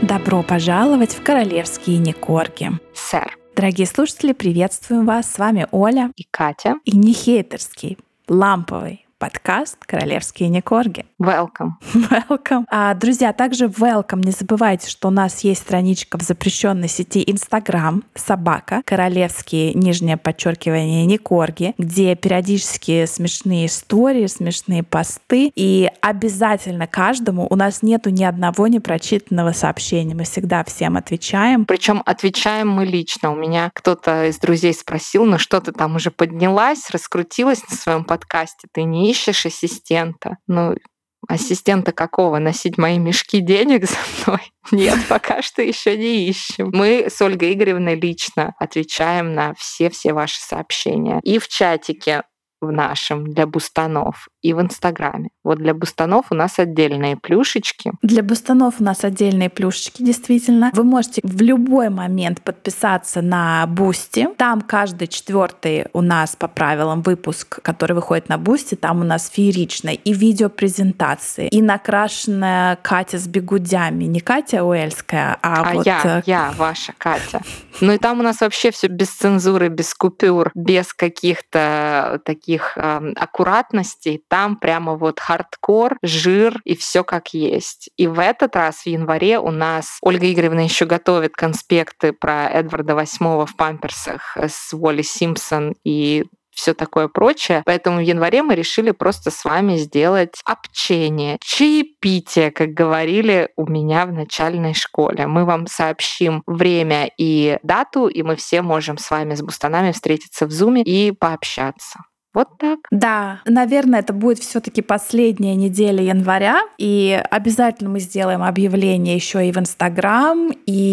Добро пожаловать в королевские некорги. Сэр. Дорогие слушатели, приветствуем вас. С вами Оля и Катя. И не хейтерский, ламповый подкаст «Королевские некорги». Welcome. Welcome. Друзья, также welcome. Не забывайте, что у нас есть страничка в запрещенной сети Instagram _королевские _некорги, где периодически смешные истории, смешные посты. И обязательно каждому, у нас нету ни одного непрочитанного сообщения. Мы всегда всем отвечаем. Причем отвечаем мы лично. У меня кто-то из друзей спросил: ну что ты там уже поднялась, раскрутилась на своем подкасте, ты не ищешь ассистента? Ну, ассистента какого? Носить мои мешки денег за мной? Нет, пока что еще не ищем. Мы с Ольгой Игоревной лично отвечаем на все ваши сообщения. И в чатике в нашем для бустанов, и в Инстаграме. Вот для бустанов у нас отдельные плюшечки. Для бустанов у нас отдельные плюшечки, действительно. Вы можете в любой момент подписаться на Бусти. Там каждый 4-й у нас по правилам выпуск, который выходит на Бусти, там у нас фееричная и видеопрезентации, и накрашенная Катя с бигудями. Не Катя Уэльская, вот... Я, ваша Катя. Ну и там у нас вообще все без цензуры, без купюр, без каких-то таких аккуратностей. Там прямо вот хардкор, жир и все как есть. И в этот раз, в январе, у нас Ольга Игоревна еще готовит конспекты про Эдварда VIII в памперсах с Уолли Симпсон и все такое прочее. Поэтому в январе мы решили просто с вами сделать общение, чаепитие, как говорили у меня в начальной школе. Мы вам сообщим время и дату, и мы все можем с вами, с бустанами, встретиться в Зуме и пообщаться. Вот так. Да, наверное, это будет все-таки последняя неделя января, и обязательно мы сделаем объявление еще и в Инстаграм,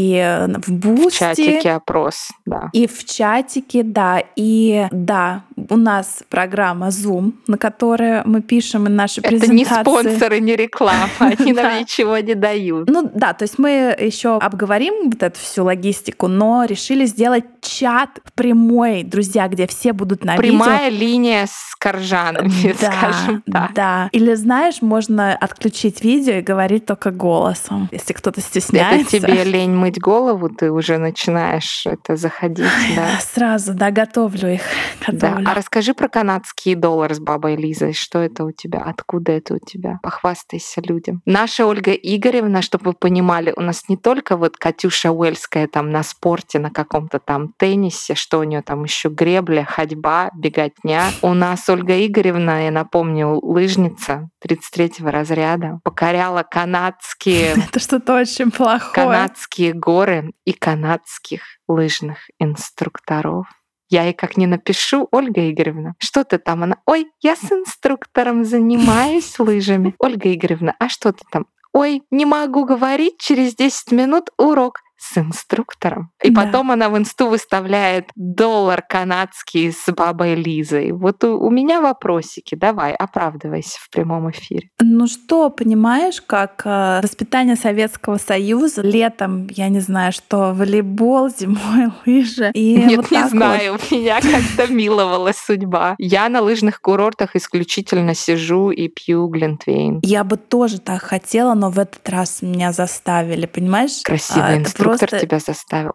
и в Бусти. В чатике опрос, да. И в чатике, да. И да, у нас программа Zoom, на которой мы пишем наши презентации. Это не спонсоры, не реклама, они нам ничего не дают. Ну да, то есть мы еще обговорим вот эту всю логистику, но решили сделать чат прямой, друзья, где все будут на видео. Прямая линия с коржанами, скажем так. Да. Или, знаешь, можно отключить видео и говорить только голосом, если кто-то стесняется. Это тебе лень мыть голову, ты уже начинаешь это заходить, да? Сразу, да, готовлю их. Да. А расскажи про канадские доллары с бабой Лизой. Что это у тебя? Откуда это у тебя? Похвастайся людям. Наша Ольга Игоревна, чтобы вы понимали, у нас не только вот Катюша Уэльская там на спорте, на каком-то там теннисе, что у нее там еще гребля, ходьба, беготня. У нас Ольга Игоревна, я напомню, лыжница 33-го разряда, покоряла канадские... Это что-то очень плохое. Канадские горы и канадских лыжных инструкторов. Я ей как не напишу: Ольга Игоревна, что ты там? Она: ой, я с инструктором занимаюсь лыжами. Ольга Игоревна, а что ты там? Ой, не могу говорить, через 10 минут урок с инструктором. И потом она в инсту выставляет доллар канадский с бабой Лизой. Вот у меня вопросики. Давай, оправдывайся в прямом эфире. Ну что, понимаешь, как воспитание Советского Союза, летом, я не знаю, что, волейбол, зимой лыжи. И нет, вот не знаю, вот. Меня как-то миловала судьба. Я на лыжных курортах исключительно сижу и пью глинтвейн. Я бы тоже так хотела, но в этот раз меня заставили, понимаешь? Красивый инструктор тебя заставил.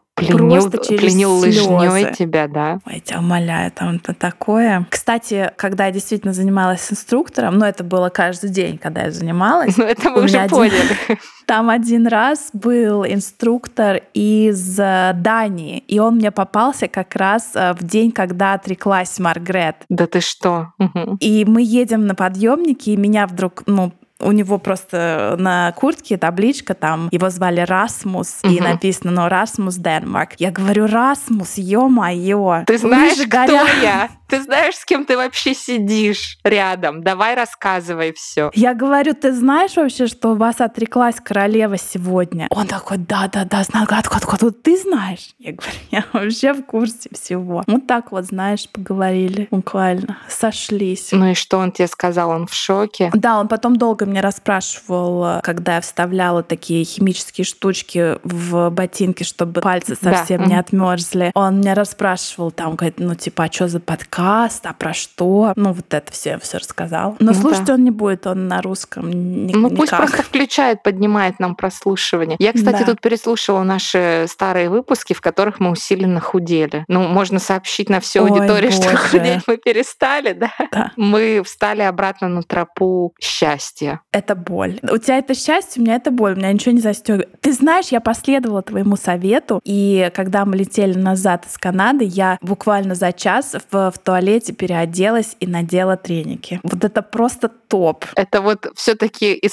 Пленил лыжнёй тебя, да? Ой, я тебя умоляю, там это такое. Кстати, когда я действительно занималась с инструктором, это было каждый день, когда я занималась. Ну, это мы уже поняли. Там один раз был инструктор из Дании, и он мне попался как раз в день, когда отреклась Маргрет. Да ты что? И мы едем на подъемнике, и меня вдруг, у него просто на куртке табличка, там его звали Расмус, и написано Расмус Денмарк. Я говорю: Расмус, ё-моё! Ты знаешь, кто я? Ты знаешь, с кем ты вообще сидишь рядом? Давай рассказывай все. Я говорю: ты знаешь вообще, что у вас отреклась королева сегодня? Он такой: да, знаю, откуда ты знаешь? Я говорю: я вообще в курсе всего. Вот так вот, знаешь, поговорили буквально, сошлись. Ну и что он тебе сказал? Он в шоке? Да, он потом долго меня расспрашивал, когда я вставляла такие химические штучки в ботинки, чтобы пальцы совсем не отмерзли. Он меня расспрашивал, там, говорит, ну, типа, а что за подкаст, а про что? Ну, вот это все рассказал. Но слушать он не будет, он на русском никак. Пусть просто включает, поднимает нам прослушивание. Я, кстати, тут переслушала наши старые выпуски, в которых мы усиленно худели. Ну, можно сообщить на всю аудиторию, что худеть мы перестали, да? Мы встали обратно на тропу счастья. Это боль. У тебя это счастье, у меня это боль, у меня ничего не застёгивает. Ты знаешь, я последовала твоему совету, и когда мы летели назад из Канады, я буквально за час в туалете переоделась и надела треники. Вот это просто топ. Это вот все-таки из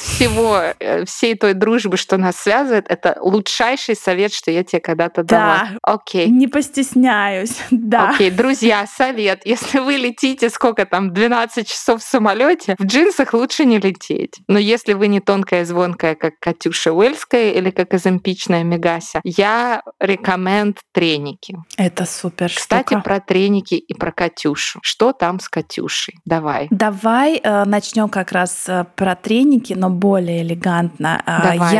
всей той дружбы, что нас связывает, это лучший совет, что я тебе когда-то дала. Окей. Не постесняюсь. Да. Окей, друзья, совет. Если вы летите, 12 часов в самолете, в джинсах лучше не лететь. Но если вы не тонкая и звонкая, как Катюша Уэльская или как изэмпичная Мегася, я рекоменд треники. Это супер Кстати, штука. про треники и про Катюшу. Что там с Катюшей? Давай начнем как раз про треники, но более элегантно. Давай.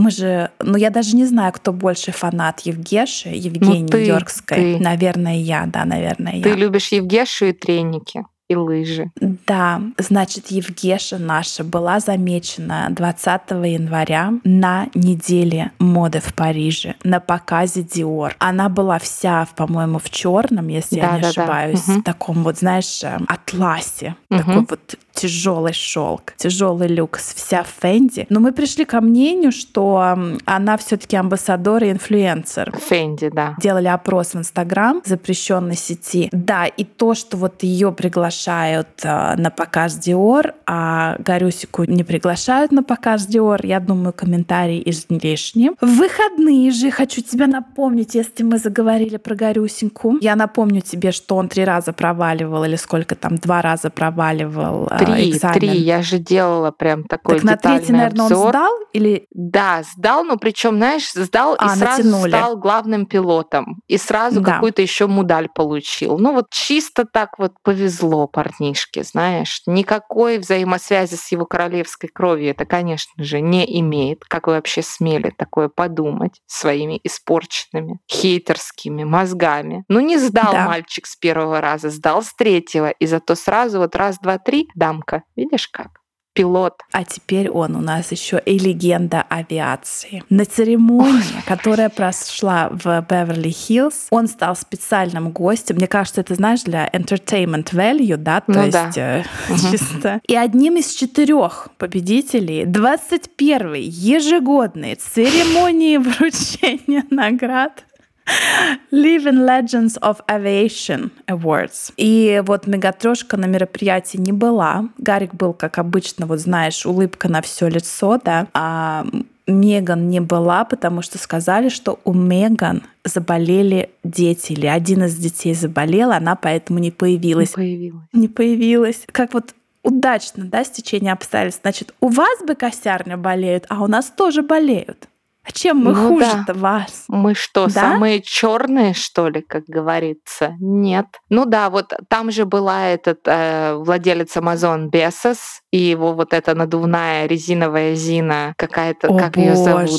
Я даже не знаю, кто больше фанат Евгеши, Евгении Йоркской. Наверное, я. Ты любишь Евгешу и треники. И лыжи. Да, значит, Евгеша наша была замечена 20 января на неделе моды в Париже на показе Dior. Она была вся, по-моему, в черном, если я не ошибаюсь, в таком вот, знаешь, атласе, такой вот тяжелый шелк, тяжелый люкс, вся в Фенди. Но мы пришли ко мнению, что она все-таки амбассадор и инфлюенсер. Фенди, да. Делали опрос в Инстаграм, запрещенной сети. Да, и то, что вот ее приглашают на показ Dior, а Гарюсику не приглашают на показ Dior, я думаю, комментарий излишний. В выходные же хочу тебе напомнить, если мы заговорили про Гарюсеньку, я напомню тебе, что он 3 раза проваливал, или сколько там, 2 раза проваливал экзамен. 3. Я же делала прям такой детальный обзор. Так на 3-й, наверное, он сдал? Или... Да, сдал, но причем, знаешь, сдал и сразу стал главным пилотом. И сразу какую-то еще медаль получил. Ну вот чисто так вот повезло парнишке, знаешь. Никакой взаимосвязи с его королевской кровью это, конечно же, не имеет. Как вы вообще смели такое подумать своими испорченными хейтерскими мозгами? Ну не сдал мальчик с 1-го раза, сдал с 3-го. И зато сразу вот 1, 2, 3, дамка. Видишь как? Пилот. А теперь он у нас еще и легенда авиации. На церемонии, которая прошла в Беверли-Хиллз, он стал специальным гостем. Мне кажется, это, знаешь, для entertainment value, да, то есть чисто. И одним из 4 победителей 21-й ежегодной церемонии вручения наград Living Legends of Aviation Awards. И вот Мегатрошка на мероприятии не была. Гарик был, как обычно, вот знаешь, улыбка на все лицо, да. А Меган не была, потому что сказали, что у Меган заболели дети, или один из детей заболел, она поэтому не появилась. Не появилась. Как вот удачно, да, стечение обстоятельств. Значит, у вас быкосярня болеют, а у нас тоже болеют. А чем мы хуже-то вас? Мы что, самые черные, что ли, как говорится? Нет. Ну да, вот там же была владелец Amazon Безос, и его вот эта надувная резиновая Зина, какая-то, как ее зовут?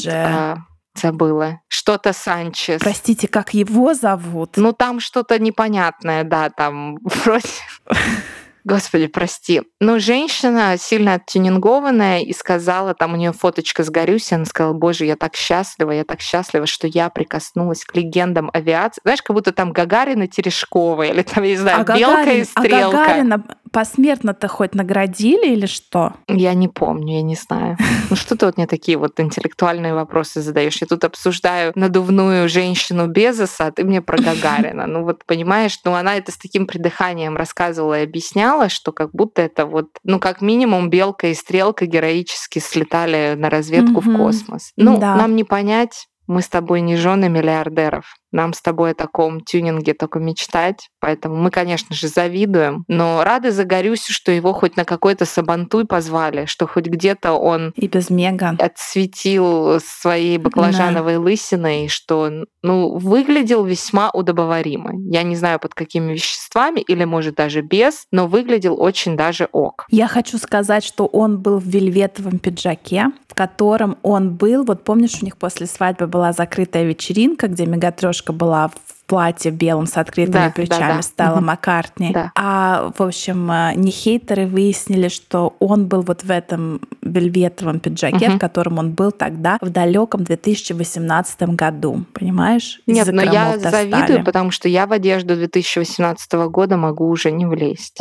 Забыла. Что-то Санчес. Простите, как его зовут? Ну там что-то непонятное, да, там вроде... Господи, прости. Но женщина сильно оттюнингованная и сказала, там у нее фоточка с Гарюси, она сказала: боже, я так счастлива, что я прикоснулась к легендам авиации. Знаешь, как будто там Гагарина, Терешкова, или там, я не знаю, Белка и Стрелка. А Гагарина посмертно-то хоть наградили или что? Я не помню, я не знаю. Ну что ты вот мне такие вот интеллектуальные вопросы задаешь? Я тут обсуждаю надувную женщину Безоса, а ты мне про Гагарина. Ну вот понимаешь, она это с таким придыханием рассказывала и объясняла, что как будто это вот, как минимум Белка и Стрелка героически слетали на разведку в космос. Нам не понять, мы с тобой не жены миллиардеров. Нам с тобой о таком тюнинге только мечтать. Поэтому мы, конечно же, завидуем. Но рады за Горюсю, что его хоть на какой-то сабантуй позвали, что хоть где-то он и без Меган отсветил своей баклажановой лысиной, что выглядел весьма удобоваримо. Я не знаю, под какими веществами, или, может, даже без, но выглядел очень даже ок. Я хочу сказать, что он был в вельветовом пиджаке, в котором он был. Вот помнишь, у них после свадьбы была закрытая вечеринка, где Мегатрошка была в платье белом с открытыми плечами, Стелла Маккартни. Да. А, в общем, не хейтеры выяснили, что он был вот в этом вельветовом пиджаке, в котором он был тогда в далеком 2018 году. Понимаешь? Нет, но я завидую, потому что я в одежду 2018 года могу уже не влезть.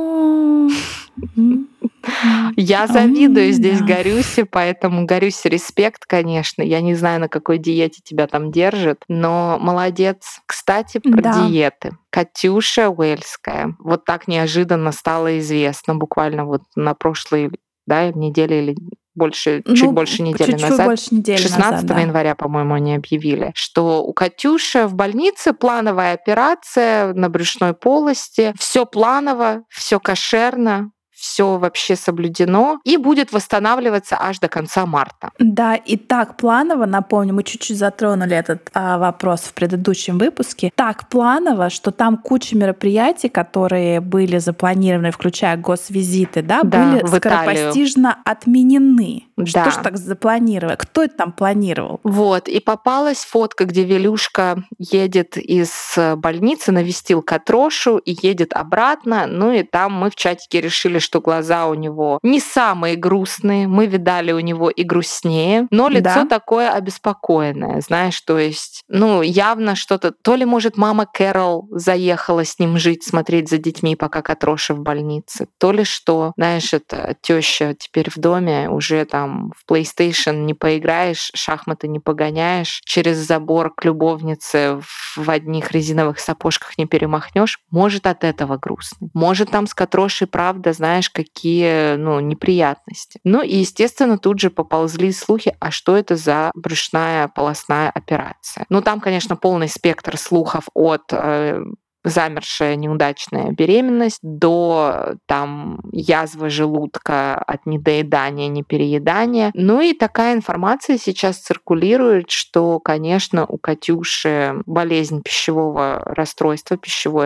Я завидую здесь Горюсе, поэтому Горюсе респект, конечно. Я не знаю, на какой диете тебя там держит, но молодец. Кстати, про диеты. Катюша Уэльская. Вот так неожиданно стало известно, буквально вот на прошлой неделе или чуть больше недели назад, 16 января, по-моему, они объявили, что у Катюши в больнице плановая операция на брюшной полости. Все планово, все кошерно, все вообще соблюдено и будет восстанавливаться аж до конца марта. Да, и так планово, напомню, мы чуть-чуть затронули этот вопрос в предыдущем выпуске, так планово, что там куча мероприятий, которые были запланированы, включая госвизиты, были скоропостижно отменены. Что ж так запланировали? Кто это там планировал? Вот, и попалась фотка, где Велюшка едет из больницы, навестил Катрошу и едет обратно, и там мы в чатике решили, что глаза у него не самые грустные, мы видали у него и грустнее, но лицо такое обеспокоенное, знаешь, то есть, явно что-то, то ли, может, мама Кэрол заехала с ним жить, смотреть за детьми, пока Катроша в больнице, то ли что, знаешь, это теща теперь в доме, уже там в PlayStation не поиграешь, шахматы не погоняешь, через забор к любовнице в одних резиновых сапожках не перемахнешь, может, от этого грустно. Может, там с Катрошей, правда, знаешь, какие неприятности. И, естественно, тут же поползли слухи, а что это за брюшная полостная операция. Там, конечно, полный спектр слухов от замершая неудачная беременность до язвы желудка от недоедания, непереедания. И такая информация сейчас циркулирует, что, конечно, у Катюши болезнь пищевое расстройство,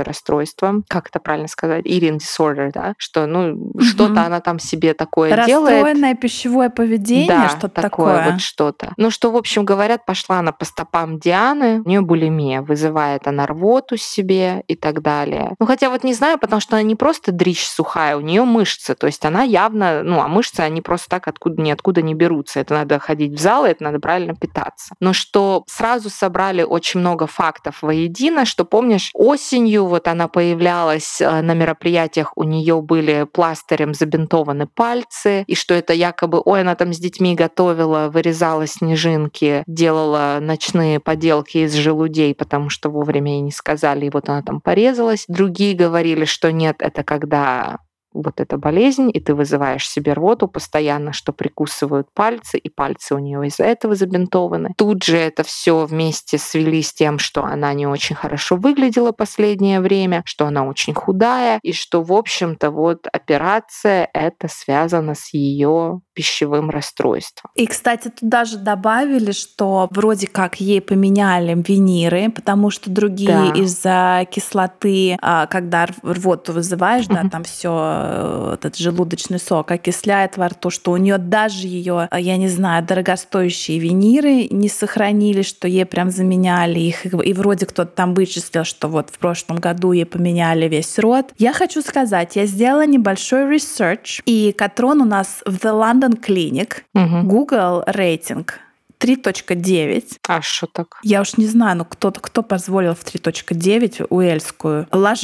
как это правильно сказать, eating disorder, да, что что-то она там себе такое делает. Расстроенное пищевое поведение, что-то такое. Вот что-то. Что, в общем, говорят, пошла она по стопам Дианы, у нее булимия, вызывает она рвоту себе и так далее. Хотя вот не знаю, потому что она не просто дрищ сухая, у нее мышцы, то есть она явно, а мышцы, они просто так ниоткуда не берутся. Это надо ходить в зал, это надо правильно питаться. Но что сразу собрали очень много фактов воедино, что, помнишь, осенью вот она появлялась на мероприятиях, у нее были пластырем забинтованы пальцы, и что это якобы, она там с детьми готовила, вырезала снежинки, делала ночные поделки из желудей, потому что вовремя ей не сказали, и вот она там порезалась. Другие говорили, что нет, это когда вот эта болезнь, и ты вызываешь себе рвоту постоянно, что прикусывают пальцы, и пальцы у нее из-за этого забинтованы. Тут же это все вместе свели с тем, что она не очень хорошо выглядела последнее время, что она очень худая, и что, в общем-то, вот операция это связано с ее пищевым расстройством. И, кстати, тут даже добавили, что вроде как ей поменяли виниры, потому что другие из-за кислоты, когда рвоту вызываешь, там все этот желудочный сок окисляет во рту, что у нее даже ее, я не знаю, дорогостоящие виниры не сохранились, что ей прям заменяли их. И вроде кто-то там вычислил, что вот в прошлом году ей поменяли весь рот. Я хочу сказать, я сделала небольшой research, и Катрон у нас в The London Clinic, Google рейтинг 3.9. А что так? Я уж не знаю, кто позволил в 3.9 уэльскую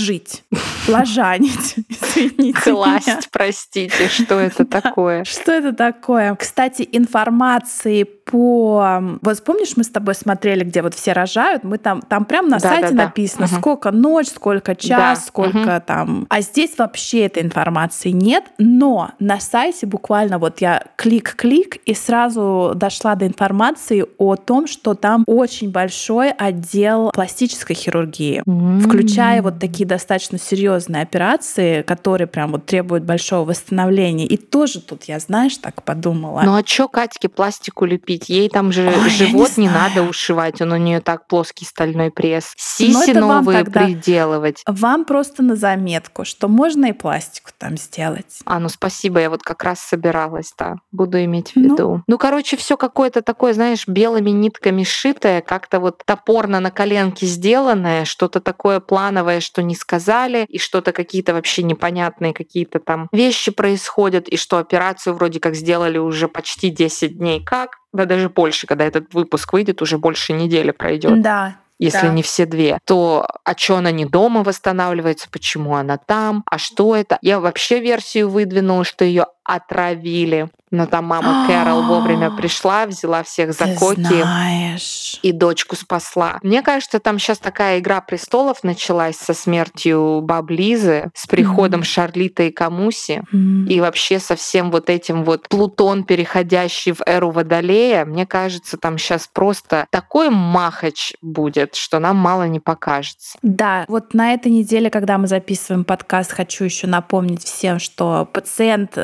ложанить, извините Класть, простите, что это такое? Что это такое? Кстати, информации Вот помнишь, мы с тобой смотрели, где вот все рожают, мы там прям на сайте написано, сколько ночь, сколько час, сколько там. А здесь вообще этой информации нет, но на сайте буквально вот я клик-клик и сразу дошла до информации о том, что там очень большой отдел пластической хирургии, включая вот такие достаточно серьезные операции, которые прям вот требуют большого восстановления. И тоже тут я, знаешь, так подумала. Ну а чё Катьке пластику лепить? Ей там же живот не надо ушивать, он у нее так плоский стальной пресс. Сиси новые приделывать. Вам просто на заметку, что можно и пластику там сделать. Ну спасибо, я вот как раз собиралась, да, буду иметь в виду. Ну короче, все какое-то такое, знаешь, белыми нитками сшитое, как-то вот топорно на коленке сделанное, что-то такое плановое, что не сказали, и что-то какие-то вообще непонятные какие-то там вещи происходят, и что операцию вроде как сделали уже почти 10 дней. Как? Да даже больше, когда этот выпуск выйдет, уже больше недели пройдет. Да. Если не все две, то чё она не дома восстанавливается, почему она там, а что это? Я вообще версию выдвинула, что ее отравили. Но там мама Кэрол вовремя пришла, взяла всех за коки и дочку спасла. Мне кажется, там сейчас такая игра престолов началась со смертью баб Лизы, с приходом Шарлиты и Камуси, и вообще со всем вот этим вот Плутон, переходящий в эру Водолея. Мне кажется, там сейчас просто такой махач будет, что нам мало не покажется. Да, вот на этой неделе, когда мы записываем подкаст, хочу еще напомнить всем, что пациент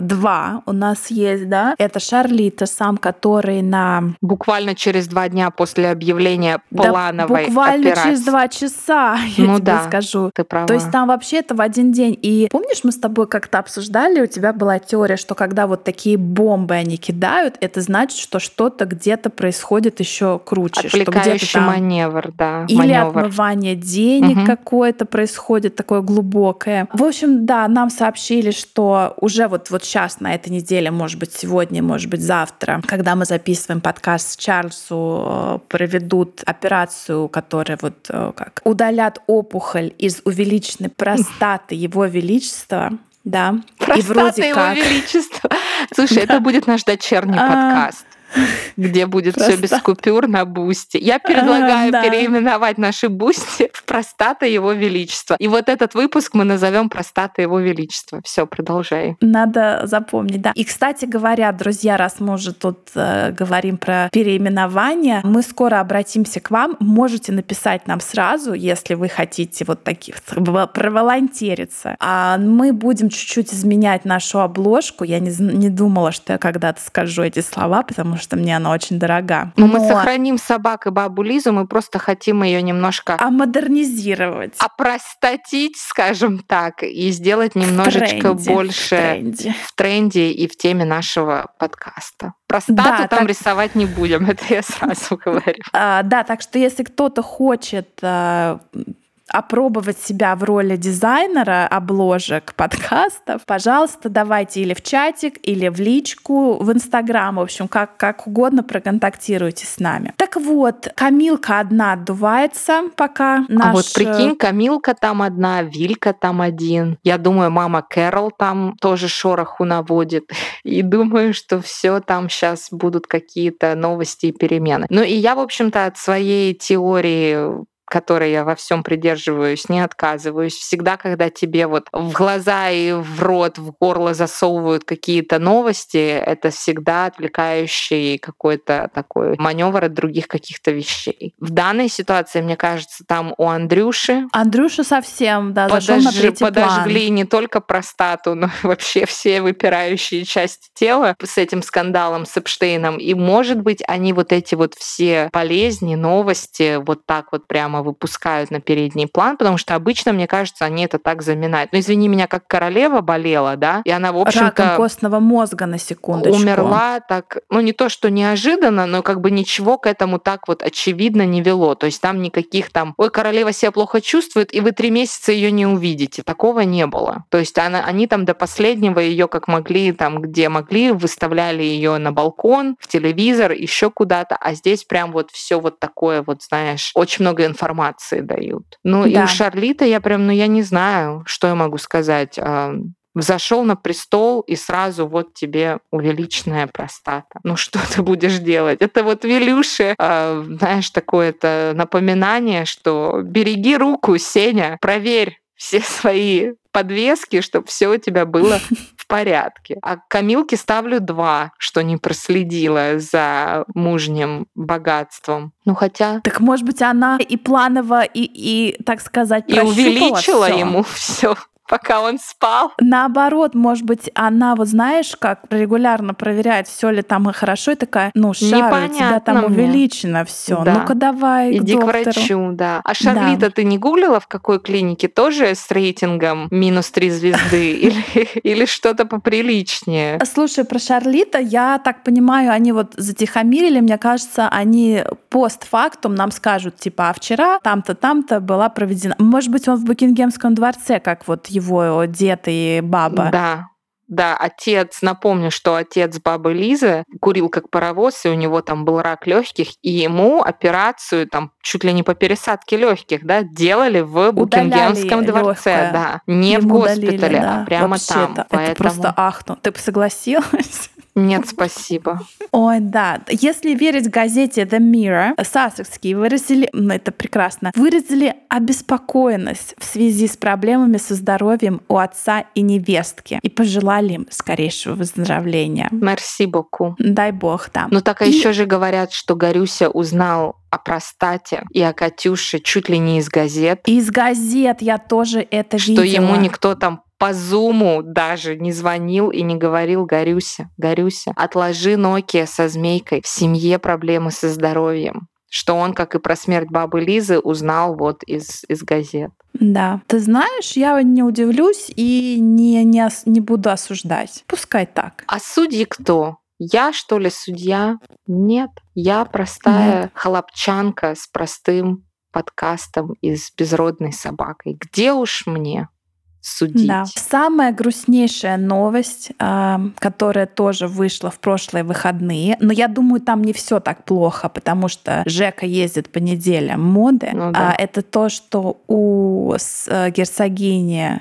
2 у нас есть, да, это Шарлита сам, который буквально через 2 дня после объявления плановой буквально операции. через 2 часа, я тебе скажу. Ты права. То есть там вообще это в один день. И помнишь, мы с тобой как-то обсуждали, у тебя была теория, что когда вот такие бомбы они кидают, это значит, что что-то где-то происходит еще круче. Отвлекающий что там... маневр, да. Или отмывание денег какое-то происходит, такое глубокое. В общем, да, нам сообщили, что уже вот сейчас на этой неделе, может быть, сегодня, может быть, завтра, когда мы записываем подкаст, Чарльзу проведут операцию, которая вот как удалят опухоль из увеличенной простаты Его Величества. Да. Простата и вроде Его как... Величества. Слушай, это будет наш дочерний подкаст, где будет все без купюр на бусте. Я предлагаю переименовать наши бусти в простата Его Величества. И вот этот выпуск мы назовем простата Его Величества. Все, продолжай. Надо запомнить, да. И, кстати говоря, друзья, раз мы уже тут говорим про переименование, мы скоро обратимся к вам. Можете написать нам сразу, если вы хотите вот таких проволонтериться. А мы будем чуть-чуть изменять нашу обложку. Я не думала, что я когда-то скажу эти слова, потому что мне она очень дорога. Но мы сохраним собак и бабу Лизу, мы просто хотим ее немножко модернизировать, опростатить, скажем так, и сделать немножечко больше в тренде и в теме нашего подкаста. Простату там рисовать не будем, это я сразу говорю. Да, так что если кто-то хочет опробовать себя в роли дизайнера обложек подкастов, пожалуйста, давайте или в чатик, или в личку в Инстаграм, в общем, как угодно проконтактируйте с нами. Так вот, Камилка одна отдувается пока. А вот прикинь, Камилка там одна, Вилька там один. Я думаю, мама Кэрол там тоже шороху наводит. И думаю, что все там сейчас будут какие-то новости и перемены. Ну и я, в общем-то, от своей теории, которой я во всем придерживаюсь, не отказываюсь. Всегда, когда тебе вот в глаза и в рот, в горло засовывают какие-то новости, это всегда отвлекающий какой-то такой маневр от других каких-то вещей. В данной ситуации, мне кажется, там у Андрюши... Андрюша совсем, да, зашел на третий план. Подожгли не только простату, но и вообще все выпирающие части тела с этим скандалом с Эпштейном. И, может быть, они вот эти вот все болезни, новости вот так вот прямо выпускают на передний план, потому что обычно, мне кажется, они это так заминают. Ну, извини меня, как королева болела, да, и она, в общем-то... Раком костного мозга, на секундочку. Умерла так, ну, не то, что неожиданно, но как бы ничего к этому так вот очевидно не вело. То есть там никаких там, ой, королева себя плохо чувствует, и вы 3 месяца ее не увидите. Такого не было. То есть они там до последнего ее как могли, там, где могли, выставляли ее на балкон, в телевизор, еще куда-то, а здесь прям вот все вот такое вот, знаешь, очень много информации дают. Ну, да. И у Шарлиты я прям, я не знаю, что я могу сказать. Взошел на престол, и сразу вот тебе увеличенная простата. Ну что ты будешь делать? Это вот Вилюше, знаешь, такое-то напоминание, что береги руку, Сеня, проверь все свои подвески, чтобы все у тебя было в порядке. А Камилке ставлю 2, что не проследила за мужним богатством. Ну хотя... Так, может быть, она и планово, и так сказать, и увеличила всё. Ему все, пока он спал. Наоборот, может быть, она, вот знаешь, как регулярно проверяет, все ли там хорошо, и такая, ну, Шарль, у тебя там увеличено все. Да. Ну-ка давай иди к врачу, да. А Шарлита ты не гуглила, в какой клинике? Тоже с рейтингом -3 звезды или что-то поприличнее? Слушай, про Шарлита, я так понимаю, они вот затихомирили, мне кажется, они постфактум нам скажут, типа, а вчера там-то была проведена. Может быть, он в Букингемском дворце, как вот его дед и баба. Да, отец, напомню, что отец бабы Лизы курил как паровоз, и у него там был рак легких, и ему операцию там чуть ли не по пересадке легких, да, делали в Букингемском дворце, да, не ему в госпитале, удалили, да, а прямо там. Это поэтому... просто ахну. Ты бы согласилась? Нет, спасибо. Ой, да. Если верить газете The Mirror, сассекские выразили, это прекрасно, выразили обеспокоенность в связи с проблемами со здоровьем у отца и невестки и пожелали им скорейшего выздоровления. Merci beaucoup. Дай бог, да. Ну так, а еще же говорят, что Горюся узнал о простате и о Катюше чуть ли не из газет. Из газет я тоже это видела. Что ему никто там по зуму даже не звонил и не говорил: Горюся, отложи Nokia со змейкой, в семье проблемы со здоровьем. Что он, как и про смерть бабы Лизы, узнал вот из газет. Да. Ты знаешь, я не удивлюсь и не буду осуждать. Пускай так. А судьи кто? Я, что ли, судья? Нет. Я простая холопчанка с простым подкастом и с безродной собакой. Где уж мне судить? Да. Самая грустнейшая новость, которая тоже вышла в прошлые выходные, но я думаю, там не все так плохо, потому что Жека ездит по неделям моды. Ну, да. Это то, что у герцогини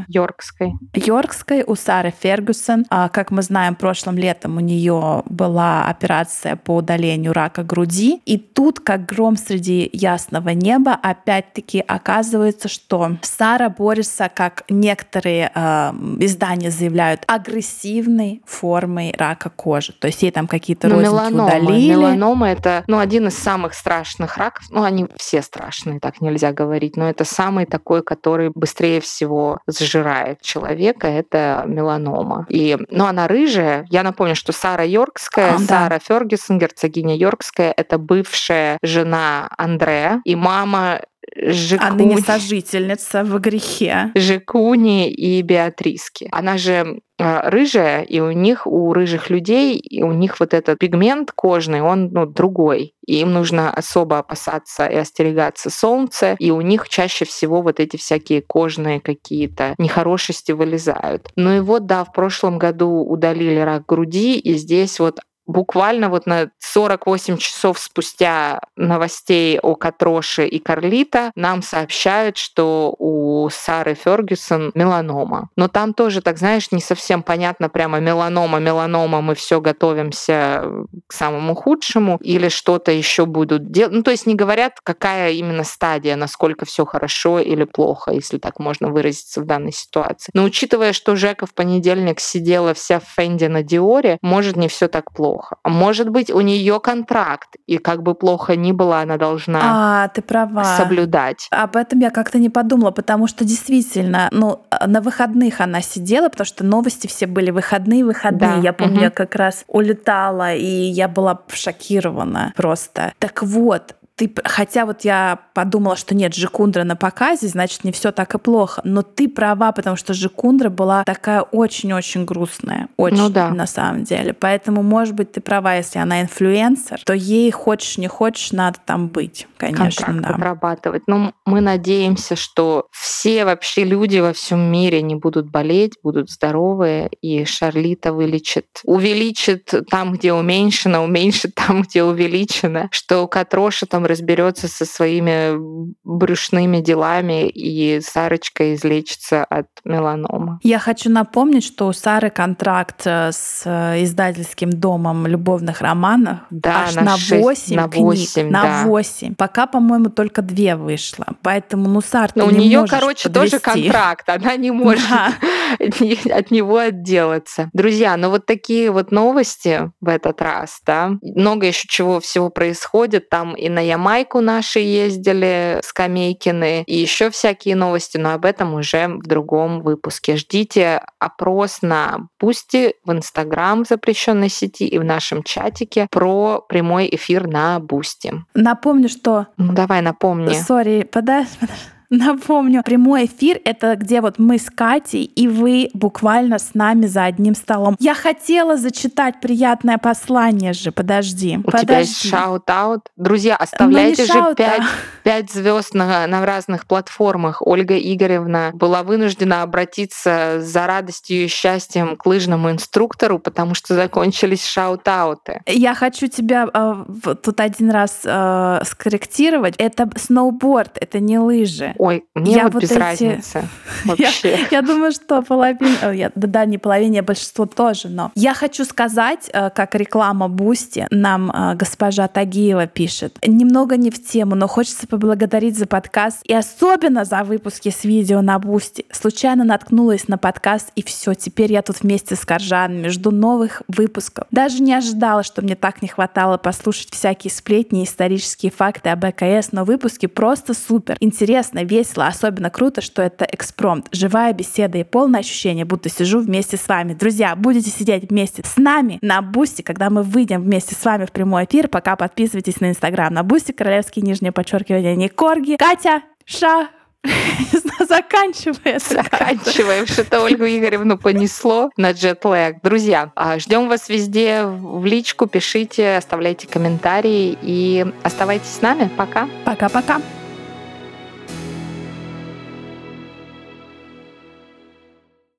Йоркской, у Сары Фергюсон, как мы знаем, прошлым летом у нее была операция по удалению рака груди, и тут, как гром среди ясного неба, опять-таки оказывается, что Сара борется, как некоторые издания заявляют, агрессивной формой рака кожи. То есть ей там какие-то родинки удалили. Меланома — это один из самых страшных раков. Они все страшные, так нельзя говорить, но это самый такой, который быстрее всего сжирает человека, это меланома. И, она рыжая. Я напомню, что Сара Йоркская, Сара Фергюсон, герцогиня Йоркская, это бывшая жена Андре и мама Жикуни. А ныне сожительница в грехе. Жикуни и Беатриски. Она же рыжая, и у рыжих людей, и у них вот этот пигмент кожный, он другой. И им нужно особо опасаться и остерегаться солнца, и у них чаще всего вот эти всякие кожные какие-то нехорошести вылезают. Ну и в прошлом году удалили рак груди, и здесь буквально на 48 часов спустя новостей о Катроше и Карлито нам сообщают, что у Сары Фергюсон меланома. Но там тоже, так знаешь, не совсем понятно прямо меланома, мы все готовимся к самому худшему, или что-то еще будут делать. То есть не говорят, какая именно стадия, насколько все хорошо или плохо, если так можно выразиться в данной ситуации. Но учитывая, что Жека в понедельник сидела вся в Фенди на Диоре, может, не все так плохо. Может быть, у нее контракт, и как бы плохо ни было, она должна ты права. Соблюдать. Об этом я как-то не подумала, потому что действительно, на выходных она сидела, потому что новости все были выходные. Да. Я помню, я как раз улетала, и я была шокирована просто. Так вот, хотя я подумала, что нет, Жикундра на показе, значит, не все так и плохо. Но ты права, потому что Жикундра была такая очень-очень грустная. Очень, на самом деле. Поэтому, может быть, ты права, если она инфлюенсер, то ей, хочешь не хочешь, надо там быть, конечно. Контракт отрабатывать. Но мы надеемся, что все вообще люди во всем мире не будут болеть, будут здоровые, и Шарлита увеличит там, где уменьшено, уменьшит там, где увеличено, что Катроша там разберется со своими брюшными делами, и Сарочка излечится от меланомы. Я хочу напомнить, что у Сары контракт с издательским домом любовных романов аж на 8 книг. На 8. Пока, по-моему, только 2 вышло. Поэтому, Сар, ты у не нее, можешь короче, подвести. тоже контракт. Она не может от него отделаться. Друзья, вот такие вот новости в этот раз, да. Много еще всего происходит. Там и на Ямайку наши ездили, Скамейкины, и еще всякие новости, но об этом уже в другом выпуске. Ждите опрос на Boosty, в Инстаграм запрещенной сети и в нашем чатике про прямой эфир на Boosty. Напомню, что... Давай, напомни. Сори, подожди. Напомню, прямой эфир — это где вот мы с Катей, и вы буквально с нами за одним столом. Я хотела зачитать приятное послание же, подожди. У тебя есть шаут-аут? Друзья, оставляйте же 5 звезд на разных платформах. Ольга Игоревна была вынуждена обратиться за радостью и счастьем к лыжному инструктору, потому что закончились шаут-ауты. Я хочу тебя тут один раз скорректировать. Это сноуборд, это не лыжи. Ой, мне вот без разницы вообще. Я думаю, что половина, не половина, а большинство тоже, но я хочу сказать, как реклама Boosty, нам госпожа Тагиева пишет. Немного не в тему, но хочется поблагодарить за подкаст и особенно за выпуски с видео на Boosty. Случайно наткнулась на подкаст, и все, теперь я тут вместе с Коржаном, жду новых выпусков. Даже не ожидала, что мне так не хватало послушать всякие сплетни и исторические факты об ЭКС, но выпуски просто супер. Интересно, весело, особенно круто, что это экспромт, живая беседа и полное ощущение, будто сижу вместе с вами. Друзья, будете сидеть вместе с нами на Boosty, когда мы выйдем вместе с вами в прямой эфир. Пока подписывайтесь на Инстаграм на Boosty, королевский _, не корги. Катя, Заканчиваем, что-то Ольгу Игоревну понесло на джетлэг. Друзья, ждем вас везде в личку, пишите, оставляйте комментарии и оставайтесь с нами. Пока. Пока-пока.